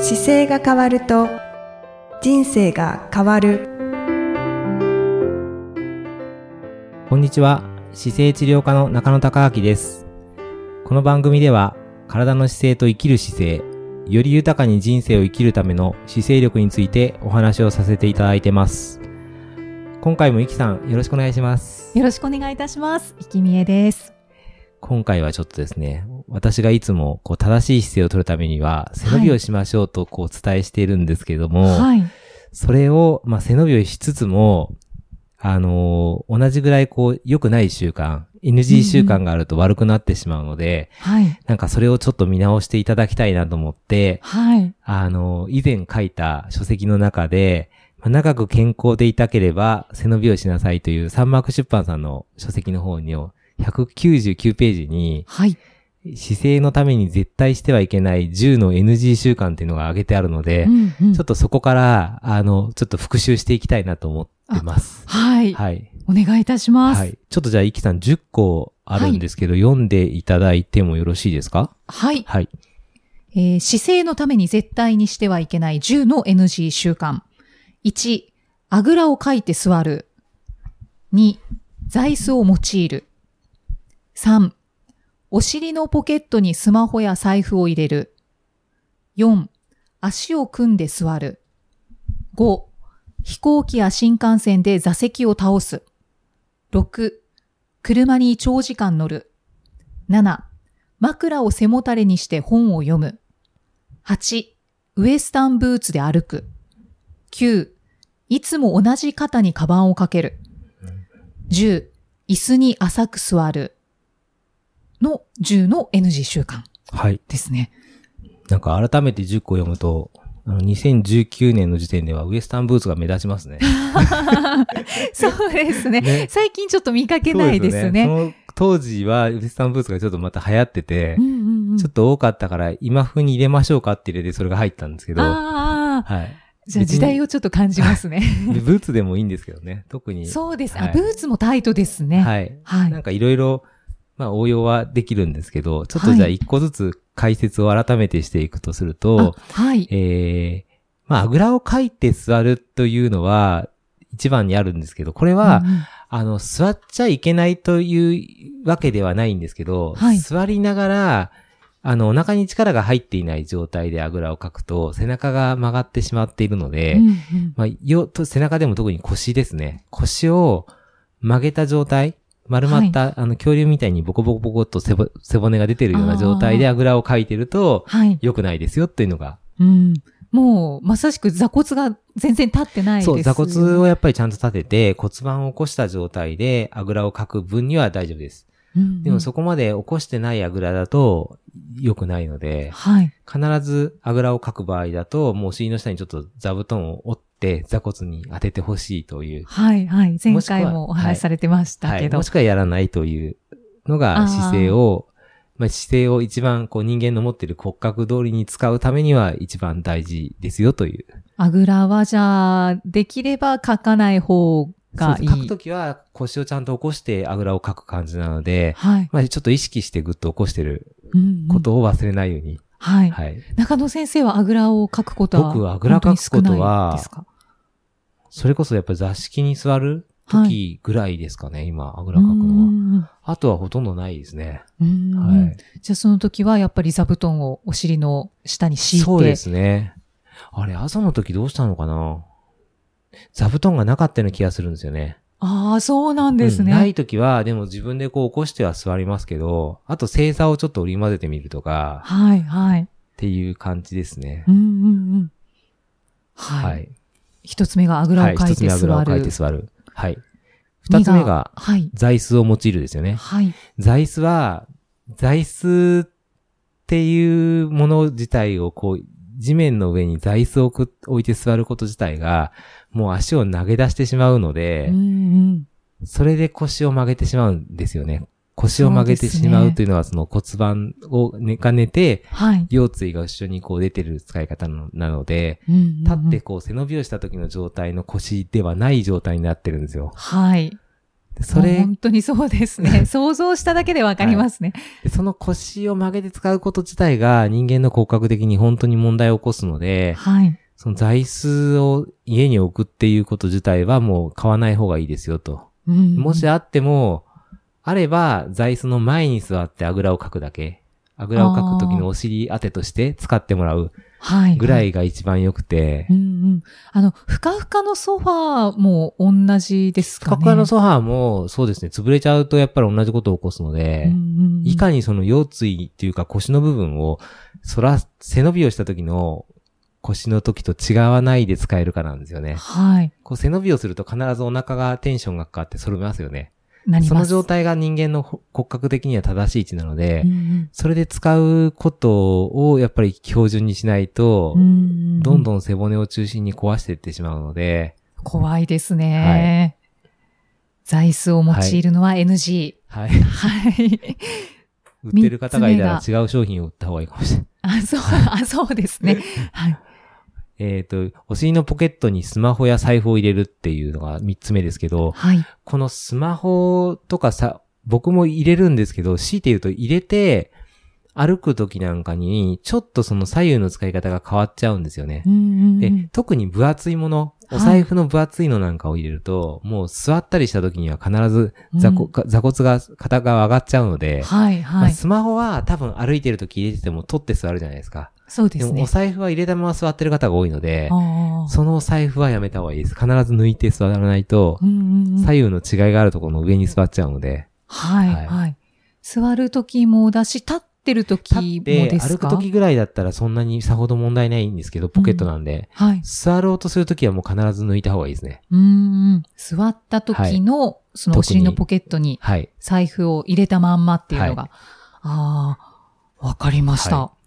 姿勢が変わると人生が変わる。 こんにちは。姿勢治療科の中野孝明です。この番組では体の姿勢と生きる姿勢、より豊かに人生を生きるための姿勢力についてお話をさせていただいてます。今回もいきさんよろしくお願いします。 よろしくお願いいたします。いきみえです。 今回はちょっとですね、私がいつも正しい姿勢を取るためには背伸びをしましょうとお伝えしているんですけれども、はい、それを背伸びをしつつも同じぐらい良くない習慣、NG 習慣があると悪くなってしまうので、なんかそれをちょっと見直していただきたいなと思って、以前書いた書籍の中で、長く健康でいたければ背伸びをしなさいというサンマーク出版さんの書籍の方に199ページに、姿勢のために絶対してはいけない10の NG 習慣っていうのが挙げてあるので、ちょっとそこからちょっと復習していきたいなと思ってます。 はい。お願いいたします。 ちょっとじゃあ、いきさん10個あるんですけど、読んでいただいてもよろしいですか？ はい。姿勢のために絶対にしてはいけない10の NG 習慣。1、あぐらをかいて座る。2、座椅子を用いる。3、お尻のポケットにスマホや財布を入れる。4、足を組んで座る。5、飛行機や新幹線で座席を倒す。6、車に長時間乗る。7、枕を背もたれにして本を読む。8、ウエスタンブーツで歩く。9、いつも同じ肩にカバンをかける。10、椅子に浅く座る。の10の NG 習慣ですね。 なんか改めて10個読むと、2019年の時点ではウエスタンブーツが目立ちますね。 そうですね。最近ちょっと見かけないですね。 その当時はウエスタンブーツがちょっとまた流行ってて、ちょっと多かったから今風に入れましょうかって入れてそれが入ったんですけど。 じゃあ時代をちょっと感じますね。 ブーツでもいいんですけどね。特に。 そうです。ブーツもタイトですね。 なんかいろいろ、応用はできるんですけど、ちょっとじゃあ一個ずつ解説を改めてしていくとすると、あぐらをかいて座るというのは一番にあるんですけど、これは、座っちゃいけないというわけではないんですけど、座りながら、お腹に力が入っていない状態であぐらをかくと、背中が曲がってしまっているので、背中でも特に腰ですね。腰を曲げた状態、丸まった、恐竜みたいにボコボコボコっと背骨が出てるような状態であぐらをかいてると、良くないですよっていうのが。 もう、まさしく座骨が全然立ってないですよね。 そう、座骨をやっぱりちゃんと立てて、骨盤を起こした状態であぐらをかく分には大丈夫です。でもそこまで起こしてないあぐらだと良くないので、必ずあぐらをかく場合だと、もうお尻の下にちょっと座布団を折って座骨に当ててほしいという。 前回もお話しされてましたけど。 もしくはやらないというのが姿勢を一番人間の持っている骨格通りに使うためには一番大事ですよという。 あぐらはじゃあ、できればかかない方がいい。 書くときは腰をちゃんと起こしてあぐらをかく感じなので、ちょっと意識してぐっと起こしてることを忘れないように。 中野先生はあぐらをかくことは僕はあぐらかくことは、それこそやっぱり座敷に座る時ぐらいですかね、今、あぐらかくのは。あとはほとんどないですね。 じゃあその時はやっぱり座布団をお尻の下に敷いて。 そうですね。あれ、朝の時どうしたのかな？座布団がなかったような気がするんですよね。 そうなんですね。 ない時は、でも自分で起こしては座りますけど、あと正座をちょっと織り交ぜてみるとか、っていう感じですね。 一つ目があぐらをかいて座る。 一つ目あぐらをかいて座る。二つ目が、座椅子を用いるですよね。座椅子は、座椅子っていうもの自体を地面の上に座椅子を置いて座ること自体が、もう足を投げ出してしまうので、それで腰を曲げてしまうんですよね。腰を曲げてしまうというのは、その骨盤を寝かねて、腰椎が後ろに出てる使い方なので、立って背伸びをした時の状態の腰ではない状態になってるんですよ。 本当にそうですね。想像しただけでわかりますね、 で。その腰を曲げて使うこと自体が人間の骨格的に本当に問題を起こすので、はい。その座椅子を家に置くっていうこと自体はもう買わない方がいいですよと。もしあっても、あれば座椅子の前に座ってあぐらをかくだけ。あぐらをかくときのお尻当てとして使ってもらうぐらいが一番良くて。 ふかふかのソファーも同じですかね。 ふかふかのソファーもそうですね、潰れちゃうとやっぱり同じことを起こすので、いかにその腰椎っていうか腰の部分を背伸びをした時の腰の時と違わないで使えるかなんですよね。はい。こう背伸びをすると必ずお腹がテンションがかかって反りますよね。その状態が人間の骨格的には正しい位置なので、それで使うことをやっぱり標準にしないと、どんどん背骨を中心に壊していってしまうので。 怖いですね。座椅子を用いるのは NG。はい。はい。 売ってる方がいたら違う商品を売った方がいいかもしれない。 そうですね。はい。 お尻のポケットにスマホや財布を入れるっていうのが3つ目ですけど、はい、このスマホとか僕も入れるんですけど、強いて言うと入れて歩く時なんかにちょっとその左右の使い方が変わっちゃうんですよね。で、特に分厚いもの、お財布の分厚いのなんかを入れると、もう座ったりした時には必ず座骨が肩が上がっちゃうので、スマホは多分歩いてる時入れてても取って座るじゃないですか。 そうですね。 でもお財布は入れたまま座ってる方が多いので、そのお財布はやめた方がいいです。必ず抜いて座らないと、左右の違いがあるところの上に座っちゃうので。 はい、はい。座る時もだし、立ってる時もですか？ 歩く時ぐらいだったらそんなにさほど問題ないんですけど、ポケットなんで。はい。座ろうとする時はもう必ず抜いた方がいいですね。 座った時の、そのお尻のポケットに、財布を入れたまんまっていうのが。わかりました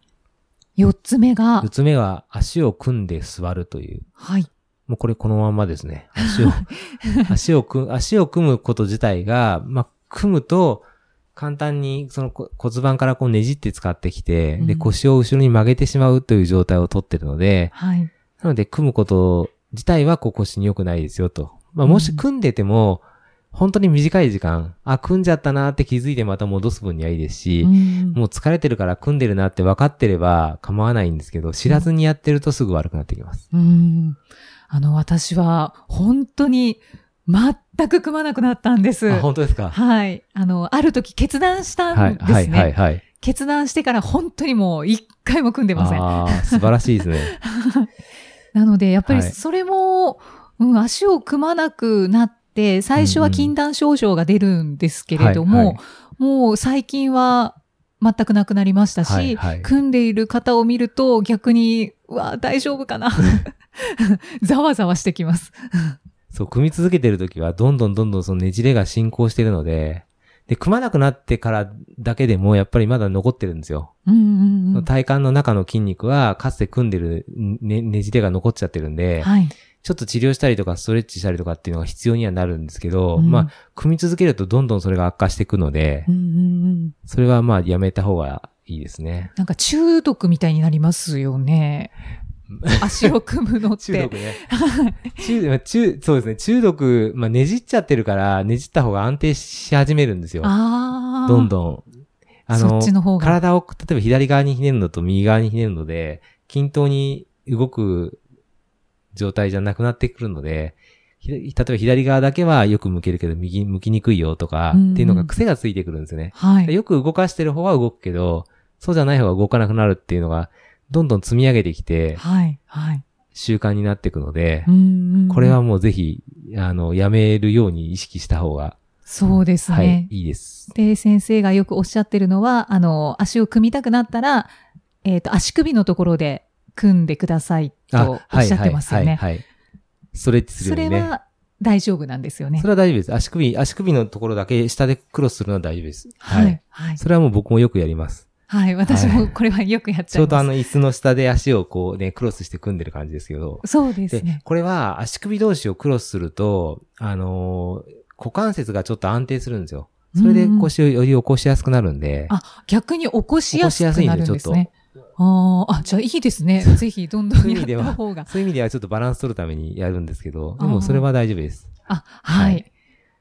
。4つ目が足を組んで座るという。はい。もうこれこのまんまですね。足を組むこと自体が、組むと簡単にその骨盤からこうねじって使ってきて、で、腰を後ろに曲げてしまうという状態をとってるので、はい。なので組むこと自体はこう腰に良くないですよと。もし組んでても、本当に短い時間、組んじゃったなって気づいてまた戻す分にはいいですし、もう疲れてるから組んでるなって分かってれば構わないんですけど、知らずにやってるとすぐ悪くなってきます。 私は本当に全く組まなくなったんです。 本当ですか？ はい。ある時決断したんですね。はい。決断してから本当にもう一回も組んでません。 素晴らしいですね。 なので、やっぱりそれも、足を組まなくなって、で、最初は禁断症状が出るんですけれども、もう最近は全くなくなりましたし、組んでいる方を見ると逆に、大丈夫かなざわざわしてきます。 そう、組み続けてるときはどんどんそのねじれが進行してるので、で、組まなくなってからだけでもやっぱりまだ残ってるんですよ。体幹の中の筋肉はかつて組んでるねじれが残っちゃってるんで、ちょっと治療したりとかストレッチしたりとかっていうのが必要にはなるんですけど、組み続けるとどんどんそれが悪化していくので、それはやめた方がいいですね。 なんか中毒みたいになりますよね。足を組むのって。 中毒ね。そうですね。中毒、ねじっちゃってるから、ねじった方が安定し始めるんですよ。どんどん。 そっちの方が。 体を、例えば左側にひねるのと右側にひねるので、均等に動く状態じゃなくなってくるので、例えば左側だけはよく向けるけど右向きにくいよとかっていうのが癖がついてくるんですよね。よく動かしてる方は動くけど、そうじゃない方が動かなくなるっていうのがどんどん積み上げてきて、習慣になっていくので、これはもうぜひ、やめるように意識した方が。 そうですね。 いいです。 で、先生がよくおっしゃってるのは、足を組みたくなったら、足首のところで組んでくださいとおっしゃってますよね。 ストレッチするようにね。 それは大丈夫なんですよね。 それは大丈夫です。足首のところだけ下でクロスするのは大丈夫です。それはもう僕もよくやります。 私もこれはよくやっちゃいます。 ちょうど椅子の下で足をこうね、クロスして組んでる感じですけど。 そうですね。 で、これは足首同士をクロスすると、股関節がちょっと安定するんですよ。それで腰をより起こしやすくなるんで。 逆に起こしやすくなるんですね。じゃあいいですね。ぜひどんどんやった方が。 そういう意味ではちょっとバランス取るためにやるんですけど、でもそれは大丈夫です。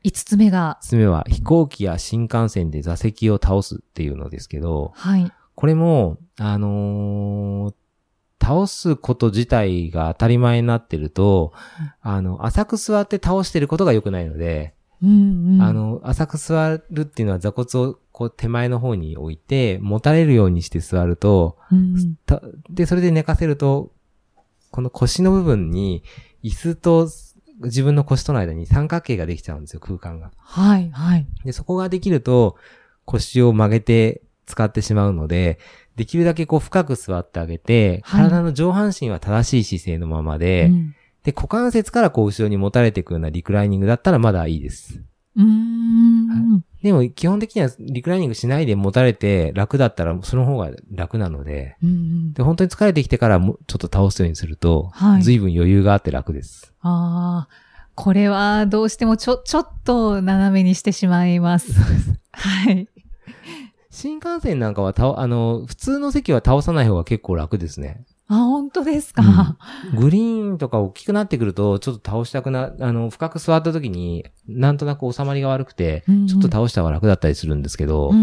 5つ目が。 5つ目は飛行機や新幹線で座席を倒すっていうのですけど、 はい。 これも、倒すこと自体が当たり前になってると、浅く座って倒してることが良くないので、 うんうん、 浅く座るっていうのは座骨をこう手前の方に置いて、持たれるようにして座ると、で、それで寝かせると、この腰の部分に、椅子と自分の腰との間に三角形ができちゃうんですよ、空間が。 はい、はい。 で、そこができると、腰を曲げて使ってしまうので、できるだけこう深く座ってあげて、体の上半身は正しい姿勢のままで、で、股関節からこう後ろに持たれていくようなリクライニングだったらまだいいです。でも基本的にはリクライニングしないで持たれて楽だったらその方が楽なので、で本当に疲れてきてからちょっと倒すようにすると、随分余裕があって楽です。 これはどうしてもちょっと斜めにしてしまいます。はい。 新幹線なんかは普通の席は倒さない方が結構楽ですね。 本当ですか、 グリーンとか大きくなってくると、ちょっと倒したく深く座った時に、なんとなく収まりが悪くて、ちょっと倒した方が楽だったりするんですけど。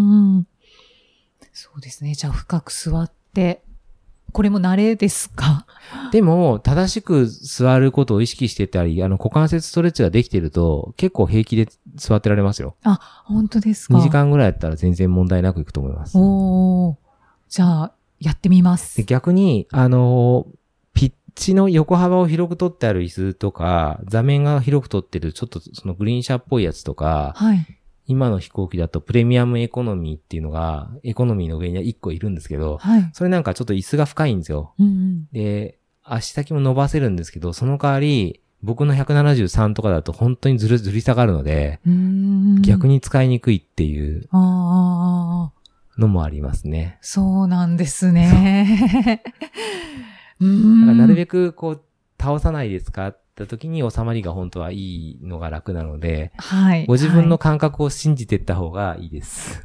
そうですね。じゃあ深く座って、これも慣れですか？ でも、正しく座ることを意識してたり、股関節ストレッチができてると、結構平気で座ってられますよ。 本当ですか？ 2 時間ぐらいだったら全然問題なくいくと思います。 じゃあ、やってみます。 で逆に、ピッチの横幅を広く取ってある椅子とか、座面が広く取ってる、ちょっとそのグリーン車っぽいやつとか、今の飛行機だとプレミアムエコノミーっていうのが、エコノミーの上には1個いるんですけど、それなんかちょっと椅子が深いんですよ。で、足先も伸ばせるんですけど、その代わり、僕の173とかだと本当にずり下がるので、逆に使いにくいっていうのもありますね。 そうなんですね。 なるべくこう倒さないで使った時に収まりが本当はいいのが楽なので、ご自分の感覚を信じていった方がいいです。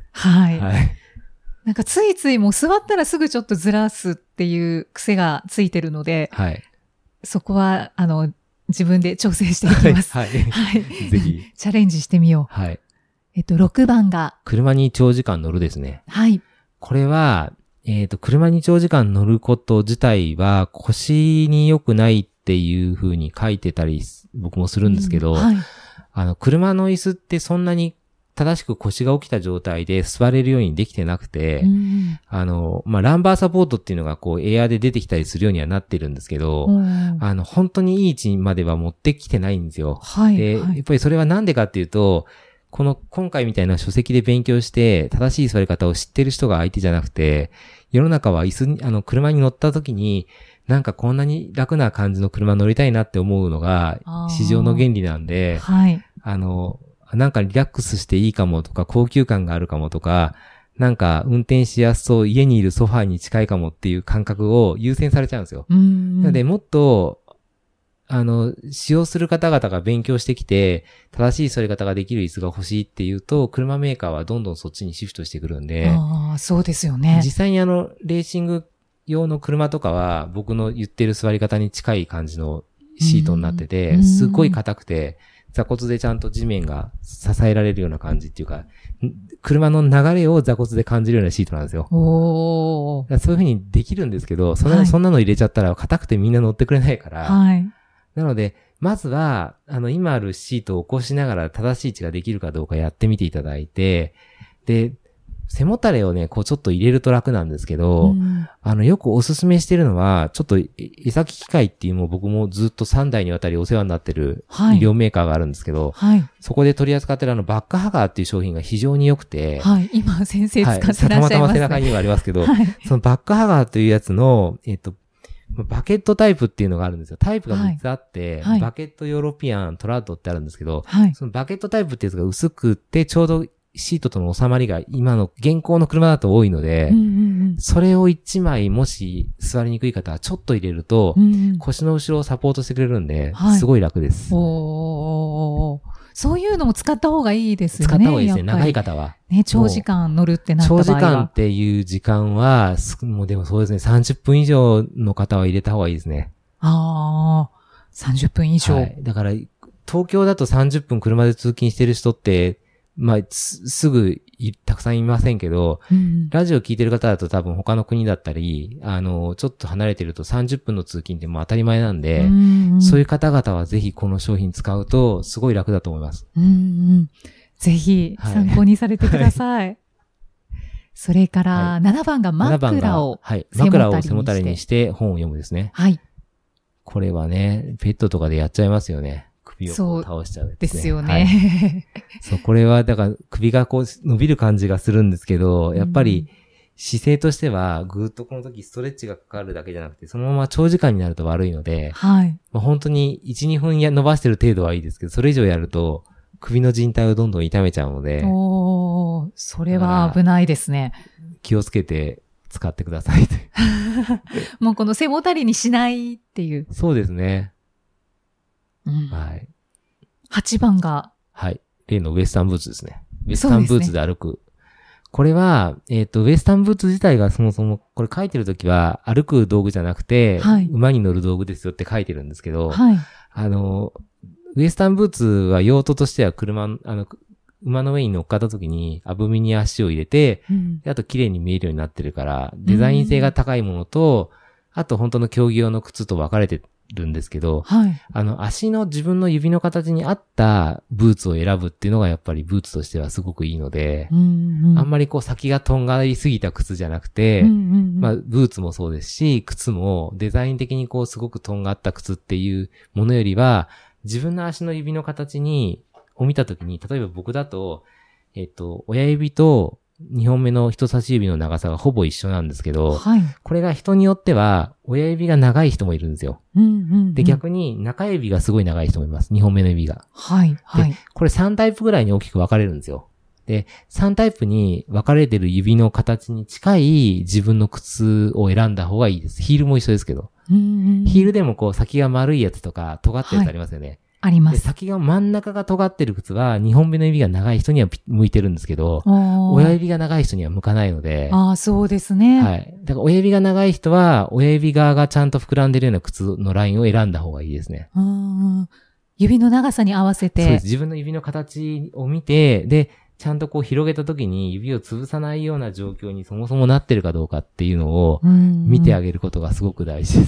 なんかついついもう座ったらすぐちょっとずらすっていう癖がついてるので、そこは自分で調整していきます。ぜひチャレンジしてみよう。6番が車に長時間乗るですね。これは車に長時間乗ること自体は腰に良くないっていう風に書いてたり僕もするんですけど、車の椅子ってそんなに正しく腰が起きた状態で座れるようにできてなくて、ランバーサポートっていうのがこうエアで出てきたりするようにはなってるんですけど、本当にいい位置までは持ってきてないんですよ。で、やっぱりそれはなんでかっていうと、今回みたいな書籍で勉強して正しい座り方を知ってる人が相手じゃなくて、世の中は車に乗った時に、なんかこんなに楽な感じの車乗りたいなって思うのが市場の原理なんで、なんかリラックスしていいかもとか、高級感があるかもとか、なんか運転しやすそう、家にいるソファーに近いかもっていう感覚を優先されちゃうんですよ。なのでもっと、使用する方々が勉強してきて、正しい座り方ができる椅子が欲しいっていうと、車メーカーはどんどんそっちにシフトしてくるんで。 そうですよね。 実際にレーシング用の車とかは、僕の言ってる座り方に近い感じのシートになってて、すごい硬くて、座骨でちゃんと地面が支えられるような感じっていうか、車の流れを座骨で感じるようなシートなんですよ。そういう風にできるんですけど、そんなの入れちゃったら硬くてみんな乗ってくれないから、なので、まずは、今あるシートを起こしながら正しい位置ができるかどうかやってみていただいて、で、背もたれをね、こうちょっと入れると楽なんですけど、よくおすすめしてるのは、ちょっと江崎機械っていうも僕もずっと3代にわたりお世話になってる医療メーカーがあるんですけど、そこで取り扱ってるバックハガーっていう商品が非常に良くて、 今先生使ってらっしゃいますね。 たまたま背中にはありますけど、そのバックハガーというやつの、バケットタイプっていうのがあるんですよ。タイプが3つあって、バケットヨーロピアン、トラウトってあるんですけど、そのバケットタイプってやつが薄くって、ちょうどシートとの収まりが今の現行の車だと多いので、それを1枚もし座りにくい方はちょっと入れると、腰の後ろをサポートしてくれるんで、すごい楽です。 そういうのも使った方がいいですよね。 使った方がいいですね。長い方は。 ね、長時間乗るってなった場合は。 長時間っていう時間は、もうでもそうですね、30分以上の方は入れた方がいいですね。 30分以上。 だから、 東京だと30分車で通勤してる人って、まあ、すぐたくさんいませんけど、ラジオ聞いてる方だと多分他の国だったり、ちょっと離れてると30分の通勤ってもう当たり前なんで、そういう方々はぜひこの商品使うとすごい楽だと思います。 ぜひ参考にされてください。はい、それから7番が枕を背もたれにして本を読むですね。 はい。 これはね、ペットとかでやっちゃいますよね。首をこう倒しちゃう、ね。 ですよね。 そう、これはだから首がこう伸びる感じがするんですけど、やっぱり姿勢としてはぐーっとこの時ストレッチがかかるだけじゃなくて、そのまま長時間になると悪いので、 はい。 まあ、本当に1、2分伸ばしてる程度はいいですけど、それ以上やると首の靭帯をどんどん痛めちゃうので。 それは危ないですね。 気をつけて使ってくださいという。 もうこの背もたれにしないっていう。 そうですね。 はい。8番が。 はい。例のウエスタンブーツですね。ウエスタンブーツで歩く。これは、ウエスタンブーツ自体がそもそも、これ書いてるときは歩く道具じゃなくて、馬に乗る道具ですよって書いてるんですけど、ウエスタンブーツは用途としては馬の上に乗っかった時に、あぶみに足を入れて、あと綺麗に見えるようになってるから、デザイン性が高いものと、あと本当の競技用の靴と分かれてるんですけど、足の自分の指の形に合ったブーツを選ぶっていうのがやっぱりブーツとしてはすごくいいので、あんまりこう先がとんがりすぎた靴じゃなくて、まあブーツもそうですし、靴もデザイン的にこうすごくとんがった靴っていうものよりは、自分の足の指の形を見たときに、例えば僕だと、親指と2本目の人差し指の長さがほぼ一緒なんですけど、これが人によっては、親指が長い人もいるんですよ。で、逆に中指がすごい長い人もいます。2本目の指が。で、これ3タイプぐらいに大きく分かれるんですよ。で、3タイプに分かれてる指の形に近い自分の靴を選んだ方がいいです。ヒールも一緒ですけど。ヒールでもこう先が丸いやつとか尖ったやつありますよね。 あります。 で、先が真ん中が尖ってる靴は2本目の指が長い人には向いてるんですけど、親指が長い人には向かないので。 そうですね。 はい。だから親指が長い人は、親指側がちゃんと膨らんでるような靴のラインを選んだ方がいいですね。 指の長さに合わせて。 そうです。自分の指の形を見て、で、ちゃんとこう広げた時に指を潰さないような状況にそもそもなってるかどうかっていうのを見てあげることがすごく大事です。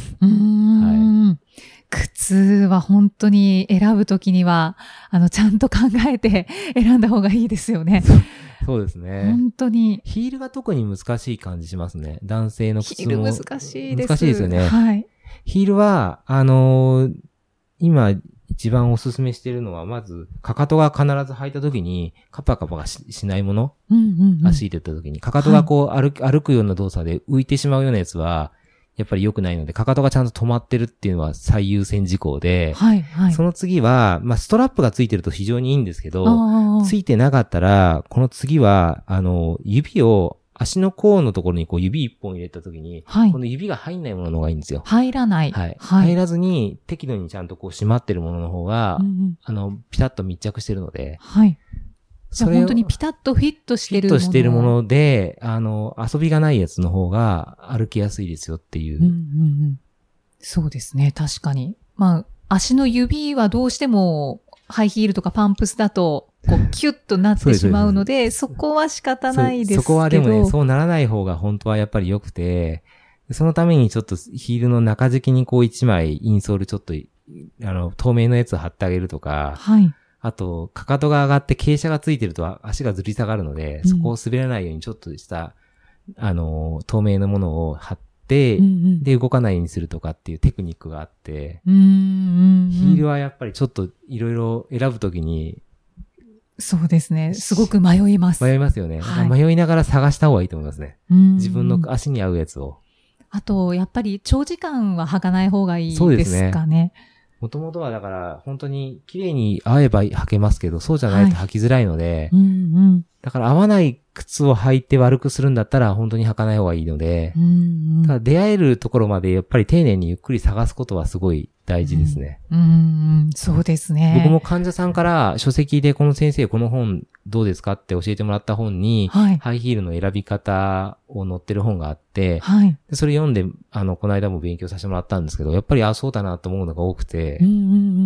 靴は本当に選ぶときには、ちゃんと考えて選んだ方がいいですよね。 そうですね。 本当に。 ヒールが特に難しい感じしますね。男性の靴も。 ヒール難しいです。 難しいですよね。 はい。 ヒールは、今一番おすすめしているのは、まず、かかとが必ず履いたときに、カパカパが しないもの、足入れたときに、かかとがこう歩くような動作で浮いてしまうようなやつは、やっぱり良くないので、かかとがちゃんと止まってるっていうのは最優先事項で、その次は、まあ、ストラップがついてると非常にいいんですけど、ついてなかったら、この次は、指を、足の甲のところにこう指一本入れたときに、この指が入んないものの方がいいんですよ。 入らない。 入らずに、適度にちゃんとこう締まってるものの方が、ピタッと密着してるので、 それ本当にピタッとフィットしてるもの。 フィットしてるもので、遊びがないやつの方が歩きやすいですよっていう。 そうですね、確かに。まあ、足の指はどうしても、ハイヒールとかパンプスだと、こう、キュッとなってしまうので、そこは仕方ないですけど。 そこはでもね、そうならない方が本当はやっぱり良くて、そのためにちょっとヒールの中敷きにこう一枚インソールちょっと、透明のやつを貼ってあげるとか、あと、かかとが上がって傾斜がついてると足がずり下がるので、そこを滑らないようにちょっとした、透明なものを貼って、で、動かないようにするとかっていうテクニックがあって、ヒールはやっぱりちょっといろいろ選ぶときに、 そうですね。すごく迷います。 迷いますよね。迷いながら探した方がいいと思いますね。自分の足に合うやつを。 あと、やっぱり長時間は履かない方がいいですかね。 もともとはだから本当に綺麗に合えば履けますけど、そうじゃないと履きづらいので、だから合わない靴を履いて悪くするんだったら本当に履かない方がいいので、ただ出会えるところまでやっぱり丁寧にゆっくり探すことはすごい大事ですね。 そうですね。 僕も患者さんから書籍でこの先生この本どうですかって教えてもらった本に、ハイヒールの選び方を載ってる本があって、でそれ読んで、この間も勉強させてもらったんですけど、やっぱりそうだなと思うのが多くて、だ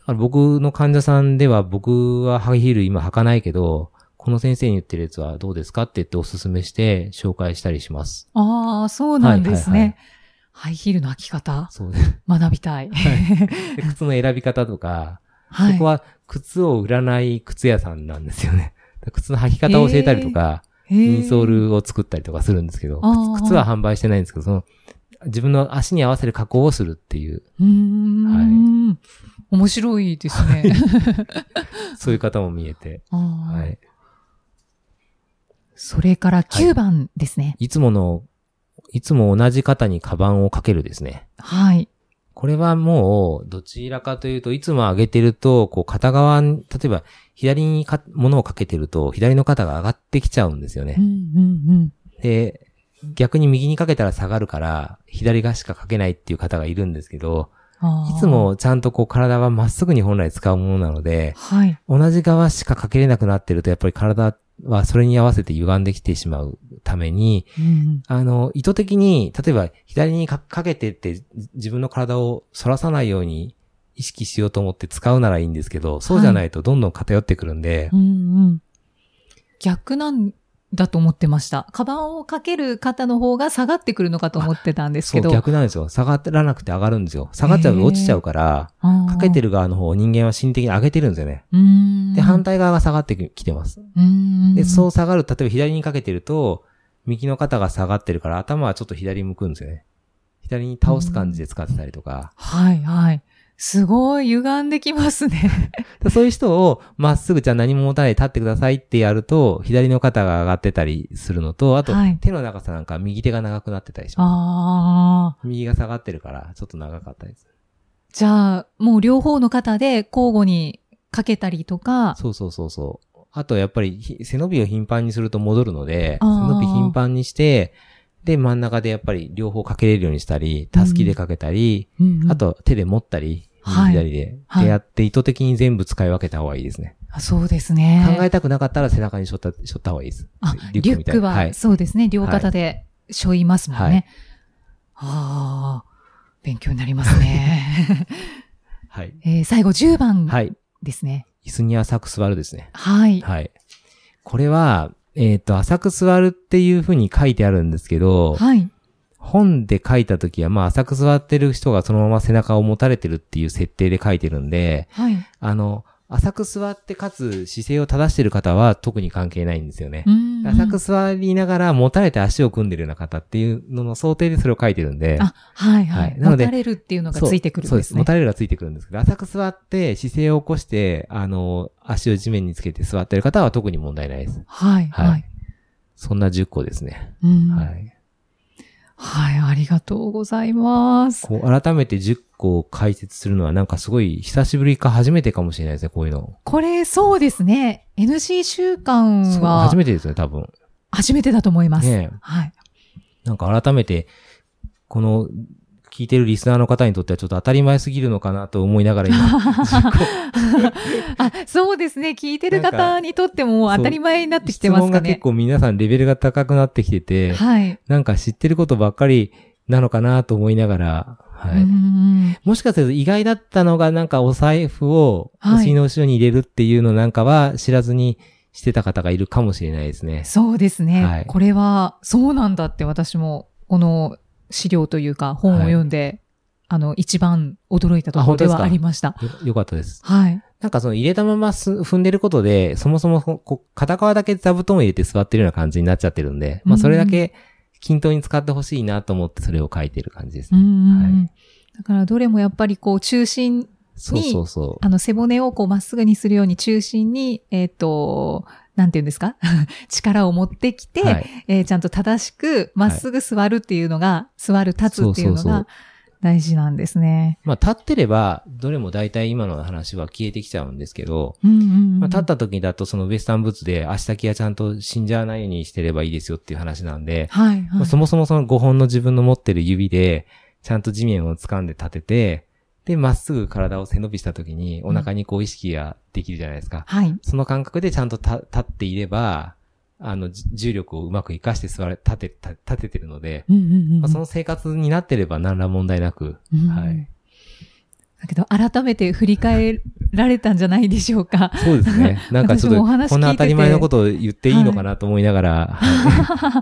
僕の患者さんでは僕はハイヒール今履かないけど、この先生に言ってるやつはどうですかって言っておすすめして紹介したりします。 ああ、そうなんですね。ハイヒールの履き方。 そうです。 学びたい。 で靴の選び方とか、ここは靴を売らない靴屋さんなんですよね。靴の履き方を教えたりとか、インソールを作ったりとかするんですけど、靴は販売してないんですけど、自分の足に合わせる加工をするっていう。 面白いですね。 そういう方も見えて。はい。 それから9番ですね。 いつも同じ方にカバンをかけるですね。 はい。 これはもう、どちらかというと、いつも上げてると、こう片側に、例えば、左に物をかけてると、左の肩が上がってきちゃうんですよね。で、逆に右にかけたら下がるから、左側しかかけないっていう方がいるんですけど、いつもちゃんとこう体はまっすぐに本来使うものなので、 はい、 同じ側しかかけれなくなってると、やっぱり体はそれに合わせて歪んできてしまうために、意図的に、例えば左にかけてって自分の体を反らさないように意識しようと思って使うならいいんですけど、そうじゃないとどんどん偏ってくるんで、 逆なんだと思ってました。カバンをかける方の方が下がってくるのかと思ってたんですけど。 そう、逆なんですよ。下がらなくて上がるんですよ。下がっちゃうと落ちちゃうから、かけてる側の方を人間は心理的に上げてるんですよね。で、反対側が下がってきてます。で、そう下がる、例えば左にかけてると、右の肩が下がってるから頭はちょっと左向くんですよね。左に倒す感じで使ってたりとか。 はいはい。すごい歪んできますね。 そういう人をまっすぐじゃあ何も持たないで立ってくださいってやると、左の肩が上がってたりするのと、あと、手の長さなんか右手が長くなってたりします。右が下がってるからちょっと長かったです。 じゃあ、もう両方の肩で交互にかけたりとか。 そう。あとやっぱり背伸びを頻繁にすると戻るので、背伸び頻繁にして、で、真ん中でやっぱり両方かけれるようにしたり、たすきでかけたり、あと手で持ったり、左で、でやって意図的に全部使い分けた方がいいですね。 そうですね。 考えたくなかったら背中に背負った方がいいです。 リュックは、そうですね。両肩で背負いますもんね。勉強になりますね。 はい。 最後10番ですね。 椅子に浅く座るですね。 はい。 はい。これは、浅く座るっていう風に書いてあるんですけど、 はい。 本で書いたときは、まあ、浅く座ってる人がそのまま背中を持たれてるっていう設定で書いてるんで、 はい。 浅く座ってかつ姿勢を正してる方は特に関係ないんですよね。浅く座りながら持たれて足を組んでるような方っていうのの想定でそれを書いてるんで。 はいはい。なので持たれるっていうのがついてくるんですね。 そうです。持たれるがついてくるんですけど、浅く座って姿勢を起こして、足を地面につけて座ってる方は特に問題ないです。 はい。はい。 そんな10個ですね。はい。 はい、ありがとうございます。 こう改めて10個を解説するのはなんかすごい久しぶりか初めてかもしれないですね、こういうの。 これそうですね。NG 習慣は初めてですね、多分。 初めてだと思います。 ね、 はい。 なんか改めて、この聞いてるリスナーの方にとってはちょっと当たり前すぎるのかなと思いながら今そうですね。聞いてる方にとっても当たり前になってきてますかね。 質問が結構皆さんレベルが高くなってきてて、 はい。 なんか知ってることばっかりなのかなと思いながら、はい。もしかすると意外だったのがなんかお財布をお尻の後ろに入れるっていうのなんかは知らずにしてた方がいるかもしれないですね。 そうですね。はい、これはそうなんだって私もこの資料というか本を読んで、一番驚いたところではありました。 よかったです。 はい。 なんかその入れたまま踏んでることで、そもそも片側だけ座布団を入れて座ってるような感じになっちゃってるんで、まあそれだけ均等に使ってほしいなと思ってそれを書いてる感じですね。はい。 だからどれもやっぱり中心に、背骨をまっすぐにするように中心に、なんていうんですか力を持ってきて、はい、ちゃんと正しくまっすぐ座るっていうのが、座る、立つっていうのが大事なんですね。 まあ立ってれば、どれも大体今の話は消えてきちゃうんですけど、まあ、立った時だとそのウエスタンブーツで足先がちゃんと死んじゃわないようにしてればいいですよっていう話なんで、 はいはいまあ、そもそもその5本の自分の持ってる指で、ちゃんと地面を掴んで立てて、で、まっすぐ体を背伸びしたときに、お腹に意識ができるじゃないですか。 はい。 その感覚でちゃんと立っていれば、重力をうまく活かして立ててるので、まあ、その生活になってれば何ら問題なく、はい。 だけど改めて振り返られたんじゃないでしょうか。 そうですね。なんかちょっとこんな当たり前のことを言っていいのかなと思いながら。 はい、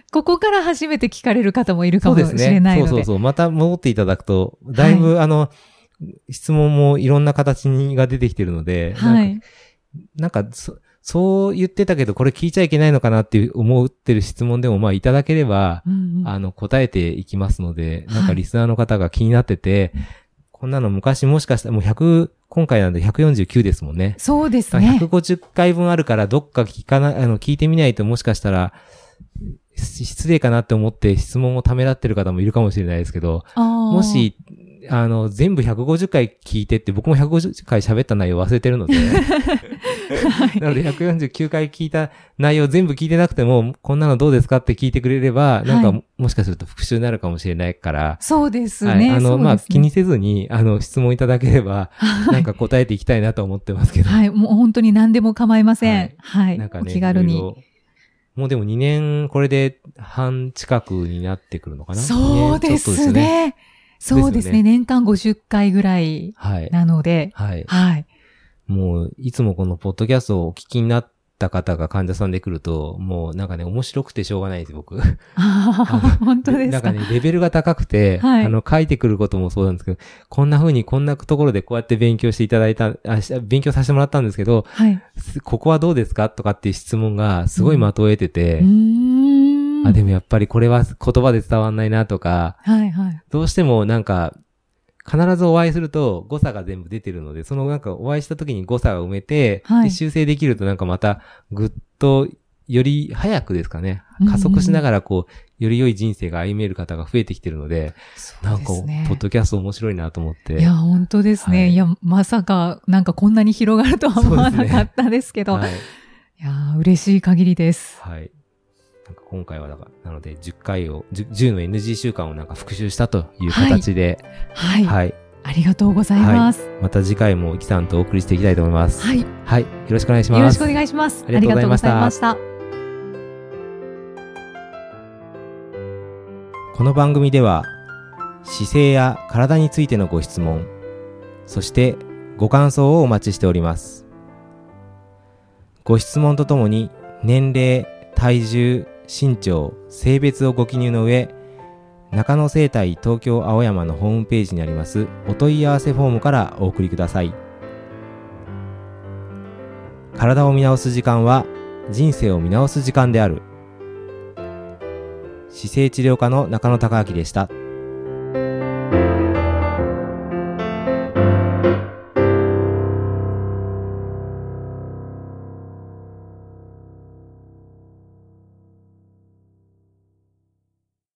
ここから初めて聞かれる方もいるかもしれないので。 そう。また戻っていただくと、だいぶ、質問もいろんな形が出てきてるので、なんかそう言ってたけど、これ聞いちゃいけないのかなって思ってる質問でも、まあいただければ、答えていきますので、なんかリスナーの方が気になってて、こんなの昔もしかしたらもう今回なんで149ですもんね。 そうですね。 150回分あるからどっか聞いてみないともしかしたら失礼かなって思って質問をためらってる方もいるかもしれないですけど、もし、全部150回聞いてって僕も150回喋った内容忘れてるので、なので149回聞いた内容全部聞いてなくても、こんなのどうですかって聞いてくれれば、なんかもしかすると復習になるかもしれないから。 そうですね。 まあ気にせずに、質問いただければ、なんか答えていきたいなと思ってますけど。 はい、もう本当に何でも構いません。はい。なんかね、お気軽に。 もうでも2年、これで半近くになってくるのかな。 そうですね。そうですね。年間50回ぐらいなので。 はい。もう、いつもこのポッドキャストをお聞きになった方が患者さんで来ると、もうなんかね、面白くてしょうがないです、僕。 本当ですか。 なんかね、レベルが高くて、書いてくることもそうなんですけど、こんな風にこんなところでこうやって勉強していただいた、勉強させてもらったんですけど、ここはどうですかとかっていう質問がすごい的を得てて、でもやっぱりこれは言葉で伝わんないなとか、どうしてもなんか、必ずお会いすると誤差が全部出てるので、そのなんかお会いした時に誤差を埋めて、で修正できるとなんかまたぐっとより早くですかね、加速しながらこう、より良い人生が歩める方が増えてきてるので、なんか、ポッドキャスト面白いなと思って。 いや、本当ですね。いや、まさか、なんかこんなに広がるとは思わなかったですけど、いや、嬉しい限りです。 はい。なんか今回はなので10の NG 習慣をなんか復習したという形で、 はい。ありがとうございます。 また次回もイキさんとお送りしていきたいと思います。 はい。 よろしくお願いします。 よろしくお願いします。ありがとうございました。 この番組では姿勢や体についてのご質問、そしてご感想をお待ちしております。ご質問とともに年齢、体重、身長、性別をご記入の上、中野生態東京青山のホームページにありますお問い合わせフォームからお送りください。体を見直す時間は人生を見直す時間である。姿勢治療科の中野孝明でした。